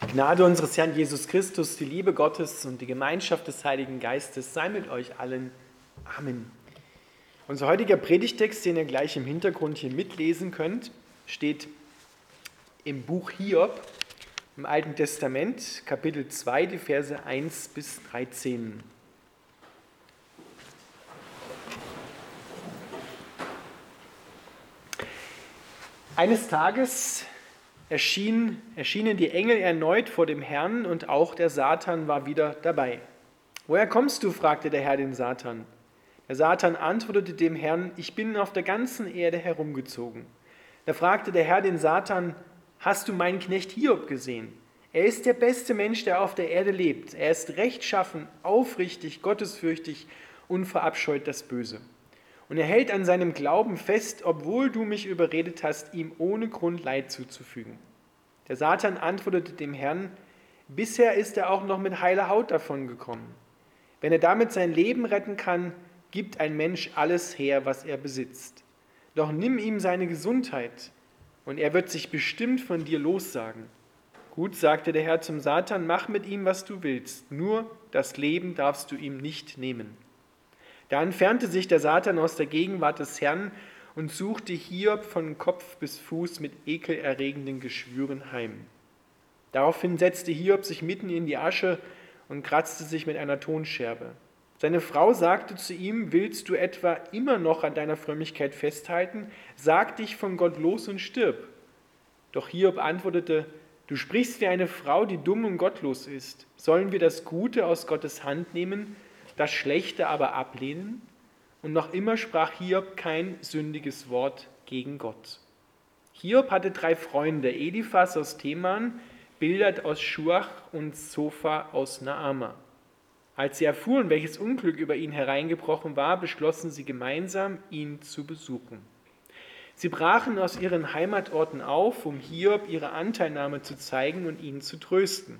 Gnade unseres Herrn Jesus Christus, die Liebe Gottes und die Gemeinschaft des Heiligen Geistes sei mit euch allen. Amen. Unser heutiger Predigtext, den ihr gleich im Hintergrund hier mitlesen könnt, steht im Buch Hiob, im Alten Testament, Kapitel 2, die Verse 1 bis 13. Eines Tages erschienen die Engel erneut vor dem Herrn und auch der Satan war wieder dabei. »Woher kommst du?« fragte der Herr den Satan. Der Satan antwortete dem Herrn, »Ich bin auf der ganzen Erde herumgezogen.« Da fragte der Herr den Satan, »Hast du meinen Knecht Hiob gesehen? Er ist der beste Mensch, der auf der Erde lebt. Er ist rechtschaffen, aufrichtig, gottesfürchtig und verabscheut das Böse. Und er hält an seinem Glauben fest, obwohl du mich überredet hast, ihm ohne Grund Leid zuzufügen.« Der Satan antwortete dem Herrn, »Bisher ist er auch noch mit heiler Haut davongekommen. Wenn er damit sein Leben retten kann, gibt ein Mensch alles her, was er besitzt. Doch nimm ihm seine Gesundheit, und er wird sich bestimmt von dir lossagen.« »Gut«, sagte der Herr zum Satan, »mach mit ihm, was du willst, nur das Leben darfst du ihm nicht nehmen.« Da entfernte sich der Satan aus der Gegenwart des Herrn und suchte Hiob von Kopf bis Fuß mit ekelerregenden Geschwüren heim. Daraufhin setzte Hiob sich mitten in die Asche und kratzte sich mit einer Tonscherbe. Seine Frau sagte zu ihm, »Willst du etwa immer noch an deiner Frömmigkeit festhalten? Sag dich von Gott los und stirb.« Doch Hiob antwortete, »Du sprichst wie eine Frau, die dumm und gottlos ist. Sollen wir das Gute aus Gottes Hand nehmen, das Schlechte aber ablehnen?« Und noch immer sprach Hiob kein sündiges Wort gegen Gott. Hiob hatte 3 Freunde, Eliphas aus Teman, Bildad aus Schuach und Zophar aus Naama. Als sie erfuhren, welches Unglück über ihn hereingebrochen war, beschlossen sie gemeinsam, ihn zu besuchen. Sie brachen aus ihren Heimatorten auf, um Hiob ihre Anteilnahme zu zeigen und ihn zu trösten.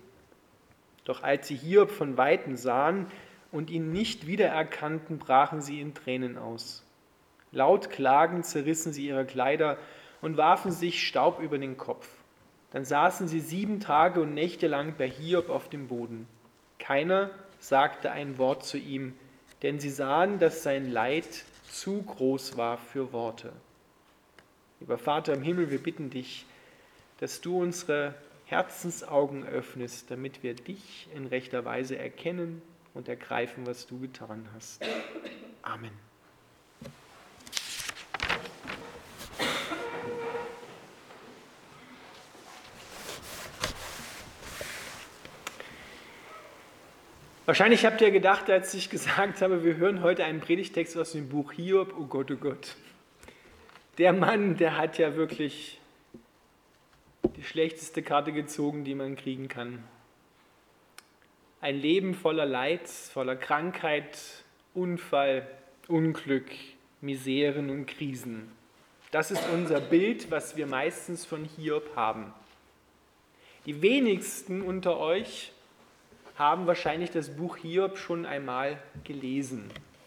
Doch als sie Hiob von Weitem sahen und ihn nicht wiedererkannten, brachen sie in Tränen aus. Laut klagend zerrissen sie ihre Kleider und warfen sich Staub über den Kopf. Dann saßen sie 7 Tage und Nächte lang bei Hiob auf dem Boden. Keiner sagte ein Wort zu ihm, denn sie sahen, dass sein Leid zu groß war für Worte. Lieber Vater im Himmel, wir bitten dich, dass du unsere Herzensaugen öffnest, damit wir dich in rechter Weise erkennen und ergreifen, was du getan hast. Amen. Wahrscheinlich habt ihr gedacht, als ich gesagt habe, wir hören heute einen Predigtext aus dem Buch Hiob, oh Gott, der Mann, der hat ja wirklich die schlechteste Karte gezogen, die man kriegen kann. Ein Leben voller Leid, voller Krankheit, Unfall, Unglück, Miseren und Krisen. Das ist unser Bild, was wir meistens von Hiob haben. Die wenigsten unter euch haben wahrscheinlich das Buch Hiob schon einmal gelesen.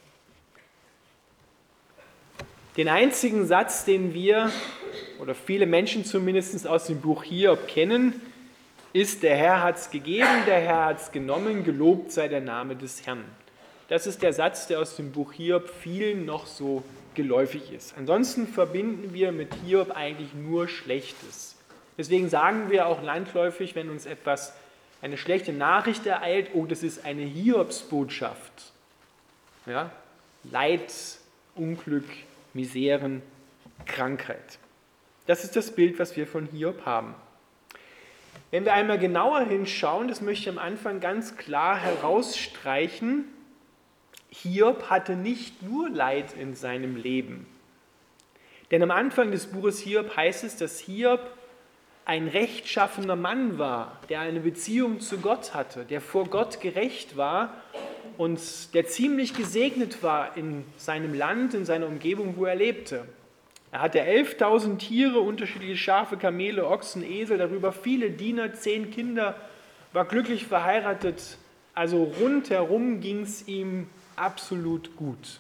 Den einzigen Satz, den wir, oder viele Menschen zumindest aus dem Buch Hiob kennen, ist, der Herr hat es gegeben, der Herr hat es genommen, gelobt sei der Name des Herrn. Das ist der Satz, der aus dem Buch Hiob vielen noch so geläufig ist. Ansonsten verbinden wir mit Hiob eigentlich nur Schlechtes. Deswegen sagen wir auch landläufig, wenn uns eine schlechte Nachricht ereilt, oh, das ist eine Hiobsbotschaft. Ja? Leid, Unglück, Miseren, Krankheit. Das ist das Bild, was wir von Hiob haben. Wenn wir einmal genauer hinschauen, das möchte ich am Anfang ganz klar herausstreichen, Hiob hatte nicht nur Leid in seinem Leben. Denn am Anfang des Buches Hiob heißt es, dass Hiob ein rechtschaffener Mann war, der eine Beziehung zu Gott hatte, der vor Gott gerecht war und der ziemlich gesegnet war in seinem Land, in seiner Umgebung, wo er lebte. Er hatte 11.000 Tiere, unterschiedliche Schafe, Kamele, Ochsen, Esel, darüber viele Diener, 10 Kinder, war glücklich verheiratet. Also rundherum ging es ihm absolut gut.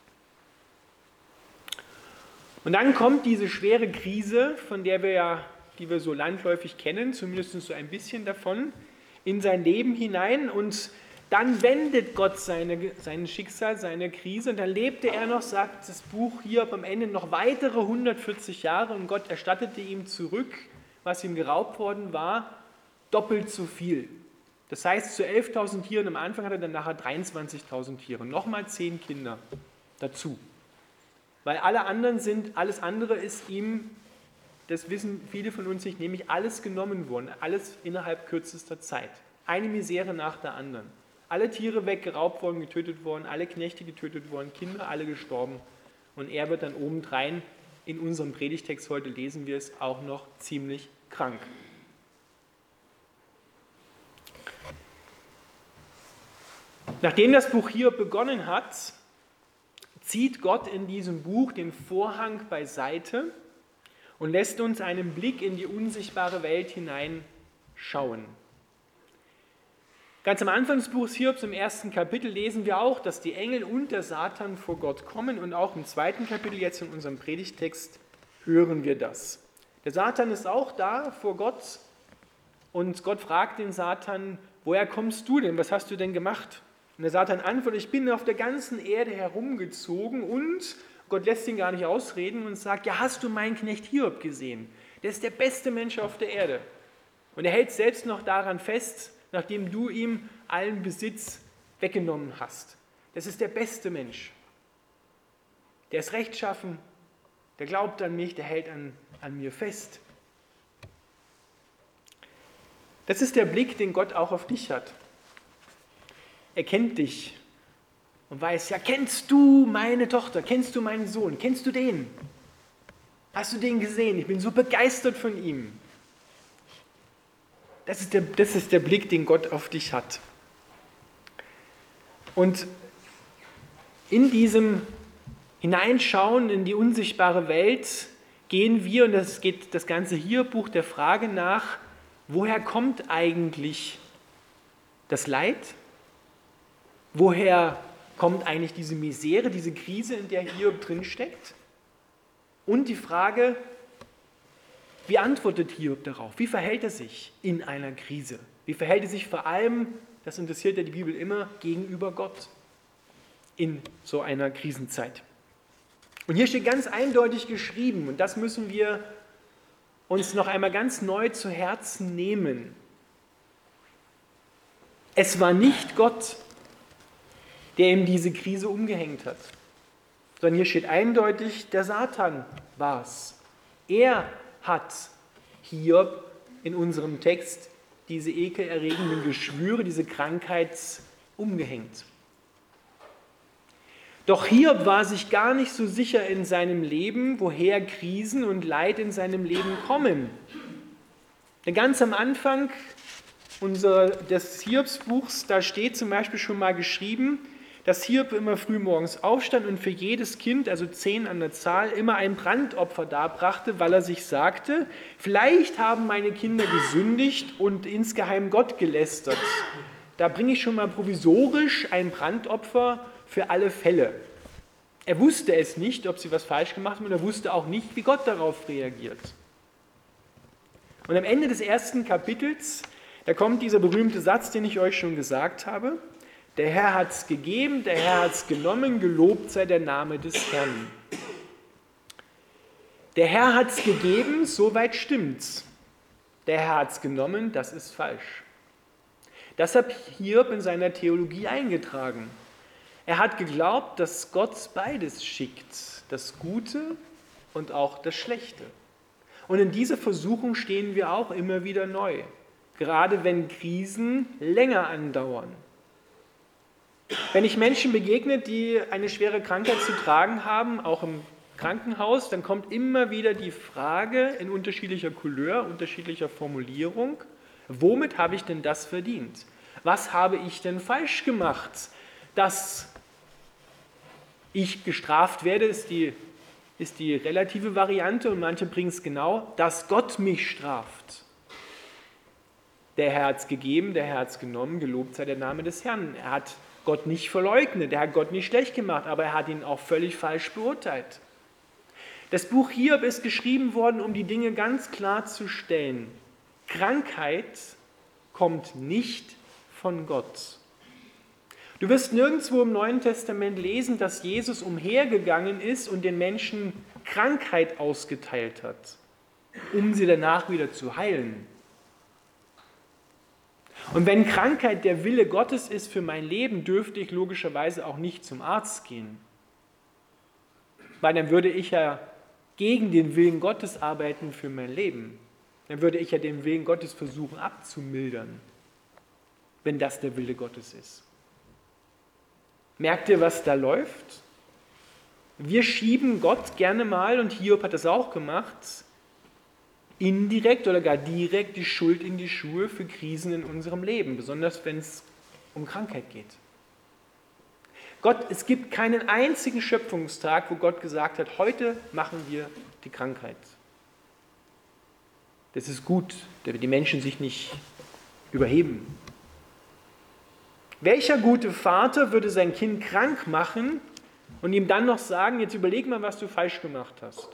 Und dann kommt diese schwere Krise, von der wir ja die wir so landläufig kennen, zumindest so ein bisschen davon, in sein Leben hinein und dann wendet Gott sein Schicksal, seine Krise und dann lebte er noch, sagt das Buch Hiob am Ende, noch weitere 140 Jahre und Gott erstattete ihm zurück, was ihm geraubt worden war, doppelt so viel. Das heißt, zu 11.000 Tieren am Anfang hat er dann nachher 23.000 Tiere, nochmal 10 Kinder dazu. Weil alles andere ist ihm, das wissen viele von uns nicht, nämlich alles genommen worden, alles innerhalb kürzester Zeit. Eine Misere nach der anderen. Alle Tiere weggeraubt worden, getötet worden, alle Knechte getötet worden, Kinder alle gestorben. Und er wird dann obendrein, in unserem Predigtext heute lesen wir es, auch noch ziemlich krank. Nachdem das Buch Hiob begonnen hat, zieht Gott in diesem Buch den Vorhang beiseite und lässt uns einen Blick in die unsichtbare Welt hineinschauen. Ganz am Anfang des Buches Hiobs, im 1. Kapitel, lesen wir auch, dass die Engel und der Satan vor Gott kommen und auch im 2. Kapitel, jetzt in unserem Predigtext, hören wir das. Der Satan ist auch da vor Gott und Gott fragt den Satan, woher kommst du denn, was hast du denn gemacht? Und der Satan antwortet, ich bin auf der ganzen Erde herumgezogen und Gott lässt ihn gar nicht ausreden und sagt, ja, hast du meinen Knecht Hiob gesehen? Der ist der beste Mensch auf der Erde. Und er hält selbst noch daran fest, nachdem du ihm allen Besitz weggenommen hast. Das ist der beste Mensch. Der ist rechtschaffen, der glaubt an mich, der hält an mir fest. Das ist der Blick, den Gott auch auf dich hat. Er kennt dich und weiß, ja, kennst du meine Tochter, kennst du meinen Sohn, kennst du den? Hast du den gesehen? Ich bin so begeistert von ihm. Das ist der Blick, den Gott auf dich hat. Und in diesem Hineinschauen in die unsichtbare Welt gehen wir, und das geht das ganze Hiob-Buch der Frage nach, woher kommt eigentlich das Leid? Woher kommt eigentlich diese Misere, diese Krise, in der Hiob drinsteckt? Und die Frage, wie antwortet Hiob darauf? Wie verhält er sich in einer Krise? Wie verhält er sich vor allem, das interessiert ja die Bibel immer, gegenüber Gott in so einer Krisenzeit? Und hier steht ganz eindeutig geschrieben, und das müssen wir uns noch einmal ganz neu zu Herzen nehmen. Es war nicht Gott, der ihm diese Krise umgehängt hat, sondern hier steht eindeutig, der Satan war es. Er hat Hiob in unserem Text diese ekelerregenden Geschwüre, diese Krankheit umgehängt. Doch Hiob war sich gar nicht so sicher in seinem Leben, woher Krisen und Leid in seinem Leben kommen. Denn ganz am Anfang des Hiobsbuchs, da steht zum Beispiel schon mal geschrieben, dass Hiob immer früh morgens aufstand und für jedes Kind, also 10 an der Zahl, immer ein Brandopfer darbrachte, weil er sich sagte, vielleicht haben meine Kinder gesündigt und insgeheim Gott gelästert. Da bringe ich schon mal provisorisch ein Brandopfer für alle Fälle. Er wusste es nicht, ob sie was falsch gemacht haben, und er wusste auch nicht, wie Gott darauf reagiert. Und am Ende des 1. Kapitels, da kommt dieser berühmte Satz, den ich euch schon gesagt habe, der Herr hat es gegeben, der Herr hat es genommen, gelobt sei der Name des Herrn. Der Herr hat es gegeben, soweit stimmt's. Der Herr hat es genommen, das ist falsch. Das hat Hiob in seiner Theologie eingetragen. Er hat geglaubt, dass Gott beides schickt, das Gute und auch das Schlechte. Und in dieser Versuchung stehen wir auch immer wieder neu, gerade wenn Krisen länger andauern. Wenn ich Menschen begegne, die eine schwere Krankheit zu tragen haben, auch im Krankenhaus, dann kommt immer wieder die Frage in unterschiedlicher Couleur, unterschiedlicher Formulierung, womit habe ich denn das verdient? Was habe ich denn falsch gemacht, dass ich gestraft werde, ist die relative Variante, und manche bringen es genau, dass Gott mich straft. Der Herr hat es gegeben, der Herr hat es genommen, gelobt sei der Name des Herrn. Er hat Gott nicht verleugnet, er hat Gott nicht schlecht gemacht, aber er hat ihn auch völlig falsch beurteilt. Das Buch Hiob ist geschrieben worden, um die Dinge ganz klar zu stellen. Krankheit kommt nicht von Gott. Du wirst nirgendwo im Neuen Testament lesen, dass Jesus umhergegangen ist und den Menschen Krankheit ausgeteilt hat, um sie danach wieder zu heilen. Und wenn Krankheit der Wille Gottes ist für mein Leben, dürfte ich logischerweise auch nicht zum Arzt gehen. Weil dann würde ich ja gegen den Willen Gottes arbeiten für mein Leben. Dann würde ich ja den Willen Gottes versuchen abzumildern, wenn das der Wille Gottes ist. Merkt ihr, was da läuft? Wir schieben Gott gerne mal, und Hiob hat das auch gemacht, indirekt oder gar direkt die Schuld in die Schuhe für Krisen in unserem Leben, besonders wenn es um Krankheit geht. Es gibt keinen einzigen Schöpfungstag, wo Gott gesagt hat, heute machen wir die Krankheit. Das ist gut, damit die Menschen sich nicht überheben. Welcher gute Vater würde sein Kind krank machen und ihm dann noch sagen, jetzt überleg mal, was du falsch gemacht hast?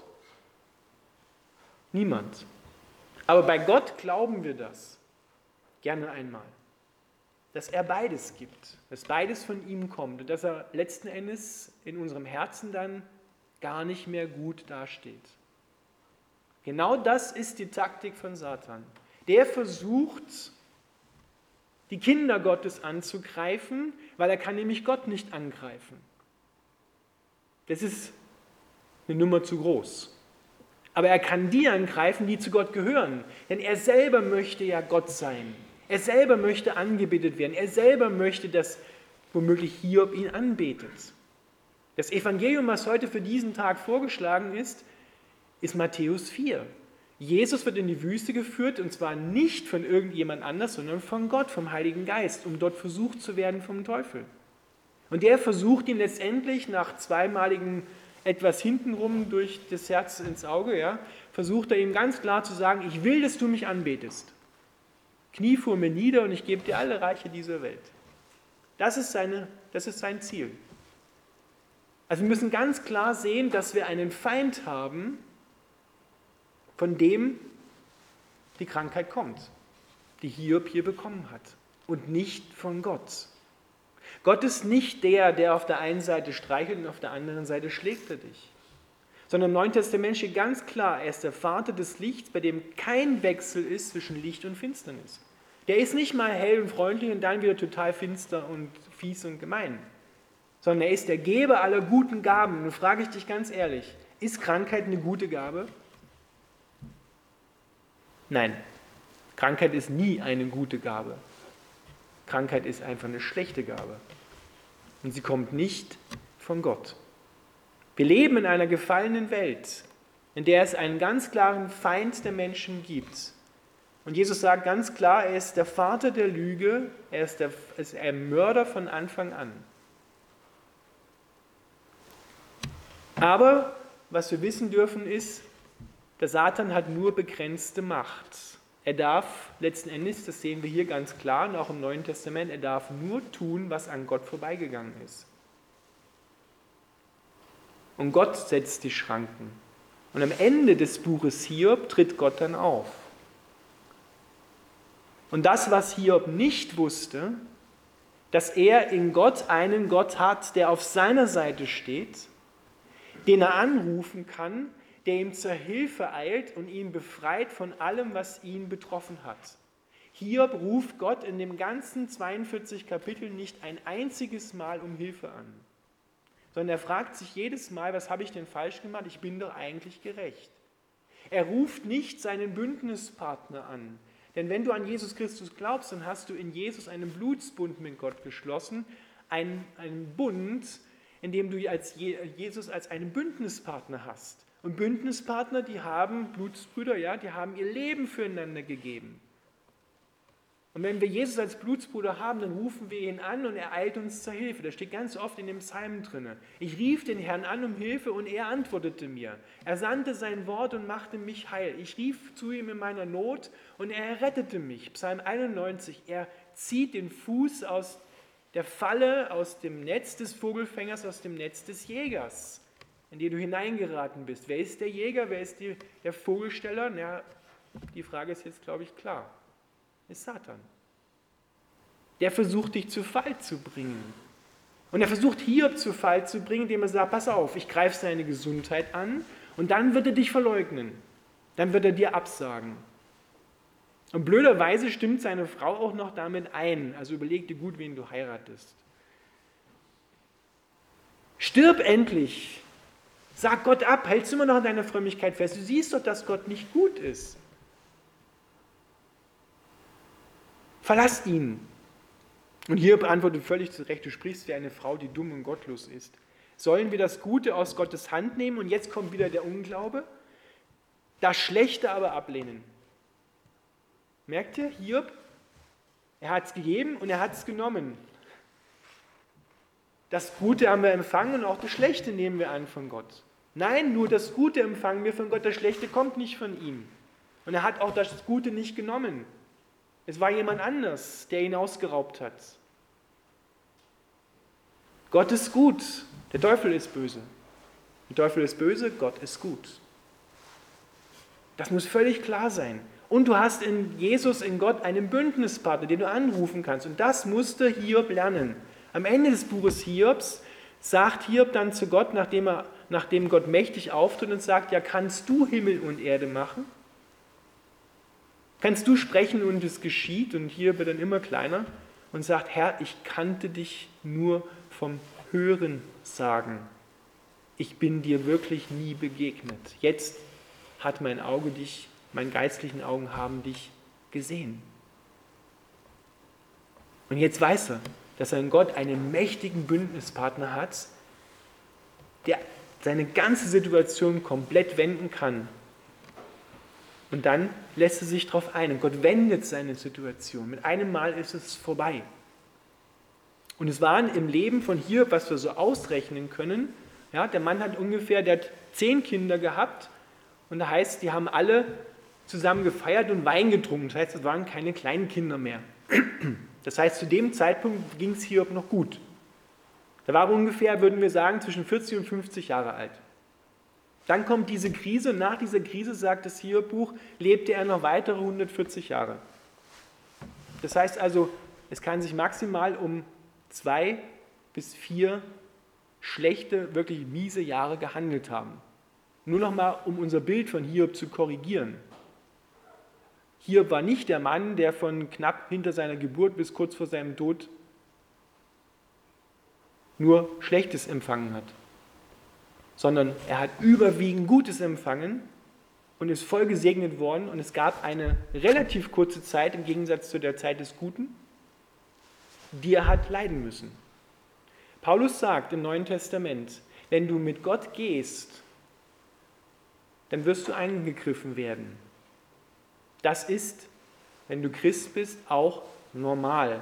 Niemand. Aber bei Gott glauben wir das gerne einmal, dass er beides gibt, dass beides von ihm kommt und dass er letzten Endes in unserem Herzen dann gar nicht mehr gut dasteht. Genau das ist die Taktik von Satan. Der versucht, die Kinder Gottes anzugreifen, weil er kann nämlich Gott nicht angreifen. Das ist eine Nummer zu groß. Aber er kann die angreifen, die zu Gott gehören. Denn er selber möchte ja Gott sein. Er selber möchte angebetet werden. Er selber möchte, dass womöglich Hiob ihn anbetet. Das Evangelium, was heute für diesen Tag vorgeschlagen ist Matthäus 4. Jesus wird in die Wüste geführt, und zwar nicht von irgendjemand anders, sondern von Gott, vom Heiligen Geist, um dort versucht zu werden vom Teufel. Und der versucht ihn letztendlich nach zweimaligem etwas hintenrum durch das Herz ins Auge, ja, versucht er ihm ganz klar zu sagen, ich will, dass du mich anbetest. Knie vor mir nieder und ich gebe dir alle Reiche dieser Welt. Das ist sein Ziel. Also wir müssen ganz klar sehen, dass wir einen Feind haben, von dem die Krankheit kommt, die Hiob hier bekommen hat, und nicht von Gott. Gott ist nicht der auf der einen Seite streichelt und auf der anderen Seite schlägt er dich. Sondern im Neuen Testament steht ganz klar, er ist der Vater des Lichts, bei dem kein Wechsel ist zwischen Licht und Finsternis. Der ist nicht mal hell und freundlich und dann wieder total finster und fies und gemein. Sondern er ist der Geber aller guten Gaben. Und nun frage ich dich ganz ehrlich, ist Krankheit eine gute Gabe? Nein, Krankheit ist nie eine gute Gabe. Krankheit ist einfach eine schlechte Gabe. Und sie kommt nicht von Gott. Wir leben in einer gefallenen Welt, in der es einen ganz klaren Feind der Menschen gibt. Und Jesus sagt ganz klar, er ist der Vater der Lüge, er ist ein Mörder von Anfang an. Aber was wir wissen dürfen ist, der Satan hat nur begrenzte Macht. Er darf letzten Endes, das sehen wir hier ganz klar und auch im Neuen Testament, er darf nur tun, was an Gott vorbeigegangen ist. Und Gott setzt die Schranken. Und am Ende des Buches Hiob tritt Gott dann auf. Und das, was Hiob nicht wusste, dass er in Gott einen Gott hat, der auf seiner Seite steht, den er anrufen kann, der ihm zur Hilfe eilt und ihn befreit von allem, was ihn betroffen hat. Hiob ruft Gott in dem ganzen 42 Kapitel nicht ein einziges Mal um Hilfe an, sondern er fragt sich jedes Mal, was habe ich denn falsch gemacht? Ich bin doch eigentlich gerecht. Er ruft nicht seinen Bündnispartner an, denn wenn du an Jesus Christus glaubst, dann hast du in Jesus einen Blutsbund mit Gott geschlossen, einen Bund, in dem du Jesus als einen Bündnispartner hast. Und Bündnispartner, die haben, Blutsbrüder, ja, die haben ihr Leben füreinander gegeben. Und wenn wir Jesus als Blutsbruder haben, dann rufen wir ihn an und er eilt uns zur Hilfe. Das steht ganz oft in dem Psalm drin. Ich rief den Herrn an um Hilfe und er antwortete mir. Er sandte sein Wort und machte mich heil. Ich rief zu ihm in meiner Not und er rettete mich. Psalm 91, er zieht den Fuß aus der Falle, aus dem Netz des Vogelfängers, aus dem Netz des Jägers. in die du hineingeraten bist. Wer ist der Jäger, wer ist der Vogelsteller? Na, die Frage ist jetzt, glaube ich, klar. Ist Satan. Der versucht, dich zu Fall zu bringen. Und er versucht, Hiob zu Fall zu bringen, indem er sagt, pass auf, ich greife seine Gesundheit an und dann wird er dich verleugnen. Dann wird er dir absagen. Und blöderweise stimmt seine Frau auch noch damit ein. Also überleg dir gut, wen du heiratest. Stirb endlich. Sag Gott ab. Hältst du immer noch an deiner Frömmigkeit fest? Du siehst doch, dass Gott nicht gut ist. Verlass ihn. Und hier beantwortet völlig zu Recht, du sprichst wie eine Frau, die dumm und gottlos ist. Sollen wir das Gute aus Gottes Hand nehmen und jetzt kommt wieder der Unglaube? Das Schlechte aber ablehnen. Merkt ihr, Hiob, er hat es gegeben und er hat es genommen. Das Gute haben wir empfangen und auch das Schlechte nehmen wir an von Gott. Nein, nur das Gute empfangen wir von Gott, das Schlechte kommt nicht von ihm. Und er hat auch das Gute nicht genommen. Es war jemand anders, der ihn ausgeraubt hat. Gott ist gut, der Teufel ist böse. Der Teufel ist böse, Gott ist gut. Das muss völlig klar sein. Und du hast in Jesus, in Gott, einen Bündnispartner, den du anrufen kannst. Und das musste Hiob lernen. Am Ende des Buches Hiobs sagt Hiob dann zu Gott, nachdem Gott mächtig auftritt und sagt, ja, kannst du Himmel und Erde machen? Kannst du sprechen und es geschieht? Und Hiob wird dann immer kleiner und sagt, Herr, ich kannte dich nur vom Hören sagen. Ich bin dir wirklich nie begegnet. Jetzt hat mein Auge dich, meine geistlichen Augen haben dich gesehen. Und jetzt weiß er, dass er in Gott einen mächtigen Bündnispartner hat, der seine ganze Situation komplett wenden kann. Und dann lässt er sich darauf ein. Und Gott wendet seine Situation. Mit einem Mal ist es vorbei. Und es waren im Leben von Hiob, was wir so ausrechnen können, ja, der Mann hat 10 Kinder gehabt. Und da heißt, die haben alle zusammen gefeiert und Wein getrunken. Das heißt, es waren keine kleinen Kinder mehr. Das heißt, zu dem Zeitpunkt ging es Hiob noch gut. Da war ungefähr, würden wir sagen, zwischen 40 und 50 Jahre alt. Dann kommt diese Krise und nach dieser Krise, sagt das Hiob-Buch, lebte er noch weitere 140 Jahre. Das heißt also, es kann sich maximal um 2 bis 4 schlechte, wirklich miese Jahre gehandelt haben. Nur nochmal, um unser Bild von Hiob zu korrigieren. Hiob war nicht der Mann, der von knapp hinter seiner Geburt bis kurz vor seinem Tod nur Schlechtes empfangen hat, sondern er hat überwiegend Gutes empfangen und ist voll gesegnet worden und es gab eine relativ kurze Zeit im Gegensatz zu der Zeit des Guten, die er hat leiden müssen. Paulus sagt im Neuen Testament, wenn du mit Gott gehst, dann wirst du angegriffen werden. Das ist, wenn du Christ bist, auch normal.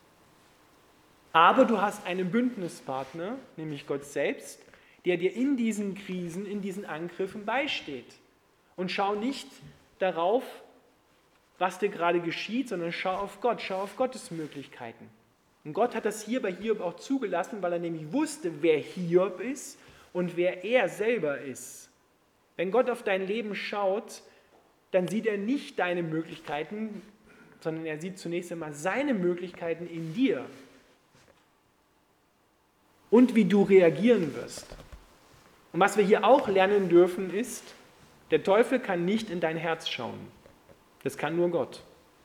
Aber du hast einen Bündnispartner, nämlich Gott selbst, der dir in diesen Krisen, in diesen Angriffen beisteht. Und schau nicht darauf, was dir gerade geschieht, sondern schau auf Gott, schau auf Gottes Möglichkeiten. Und Gott hat das hier bei Hiob auch zugelassen, weil er nämlich wusste, wer Hiob ist und wer er selber ist. Wenn Gott auf dein Leben schaut, dann sieht er nicht deine Möglichkeiten, sondern er sieht zunächst einmal seine Möglichkeiten in dir. Und wie du reagieren wirst. Und was wir hier auch lernen dürfen ist, der Teufel kann nicht in dein Herz schauen. Das kann nur Gott.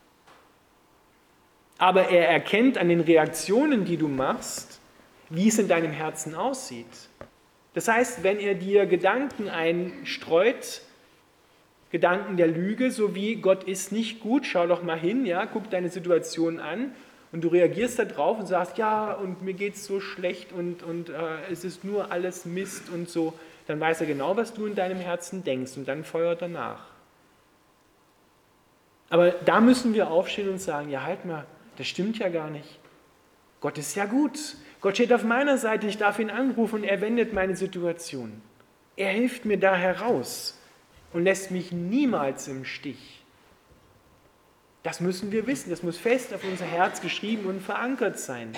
Aber er erkennt an den Reaktionen, die du machst, wie es in deinem Herzen aussieht. Das heißt, wenn er dir Gedanken einstreut, Gedanken der Lüge, so wie Gott ist nicht gut, schau doch mal hin, ja, guck deine Situation an und du reagierst da drauf und sagst, ja, und mir geht es so schlecht und es ist nur alles Mist und so, dann weiß er genau, was du in deinem Herzen denkst und dann feuert er nach. Aber da müssen wir aufstehen und sagen, ja, halt mal, das stimmt ja gar nicht. Gott ist ja gut. Gott steht auf meiner Seite, ich darf ihn anrufen und er wendet meine Situation. Er hilft mir da heraus und lässt mich niemals im Stich. Das müssen wir wissen, das muss fest auf unser Herz geschrieben und verankert sein.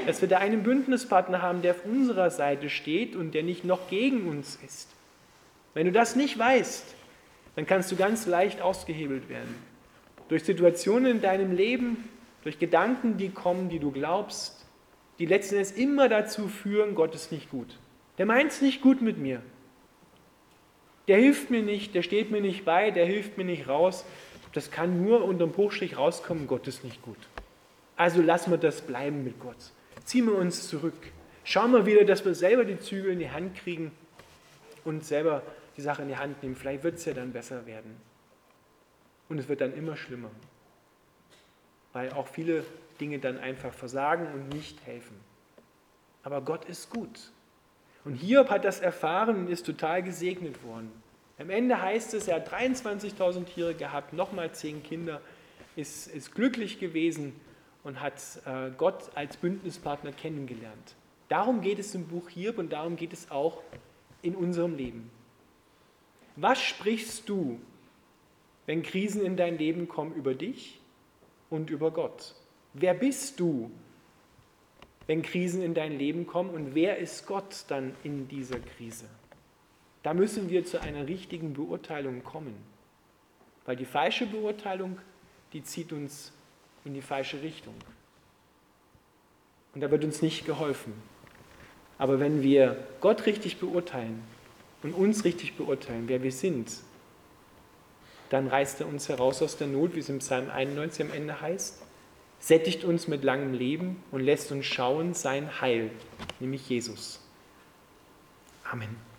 dass wir da einen Bündnispartner haben, der auf unserer Seite steht und der nicht noch gegen uns ist. Wenn du das nicht weißt, dann kannst du ganz leicht ausgehebelt werden. Durch Situationen in deinem Leben, durch Gedanken, die kommen, die du glaubst, die letzten Endes immer dazu führen, Gott ist nicht gut. Der meint es nicht gut mit mir. Der hilft mir nicht, der steht mir nicht bei, der hilft mir nicht raus. Das kann nur unterm Bruchstrich rauskommen, Gott ist nicht gut. Also lassen wir das bleiben mit Gott. Ziehen wir uns zurück. Schauen wir wieder, dass wir selber die Zügel in die Hand kriegen und selber die Sache in die Hand nehmen. Vielleicht wird es ja dann besser werden. Und es wird dann immer schlimmer. Weil auch viele Dinge dann einfach versagen und nicht helfen. Aber Gott ist gut. Und Hiob hat das erfahren und ist total gesegnet worden. Am Ende heißt es, er hat 23.000 Tiere gehabt, nochmal 10 Kinder, ist glücklich gewesen und hat Gott als Bündnispartner kennengelernt. Darum geht es im Buch Hiob und darum geht es auch in unserem Leben. Was sprichst du, wenn Krisen in dein Leben kommen, über dich und über Gott? Wer bist du, wenn Krisen in dein Leben kommen, und wer ist Gott dann in dieser Krise? Da müssen wir zu einer richtigen Beurteilung kommen, weil die falsche Beurteilung, die zieht uns in die falsche Richtung. Und da wird uns nicht geholfen. Aber wenn wir Gott richtig beurteilen und uns richtig beurteilen, wer wir sind, dann reißt er uns heraus aus der Not, wie es im Psalm 91 am Ende heißt, sättigt uns mit langem Leben und lässt uns schauen sein Heil, nämlich Jesus. Amen.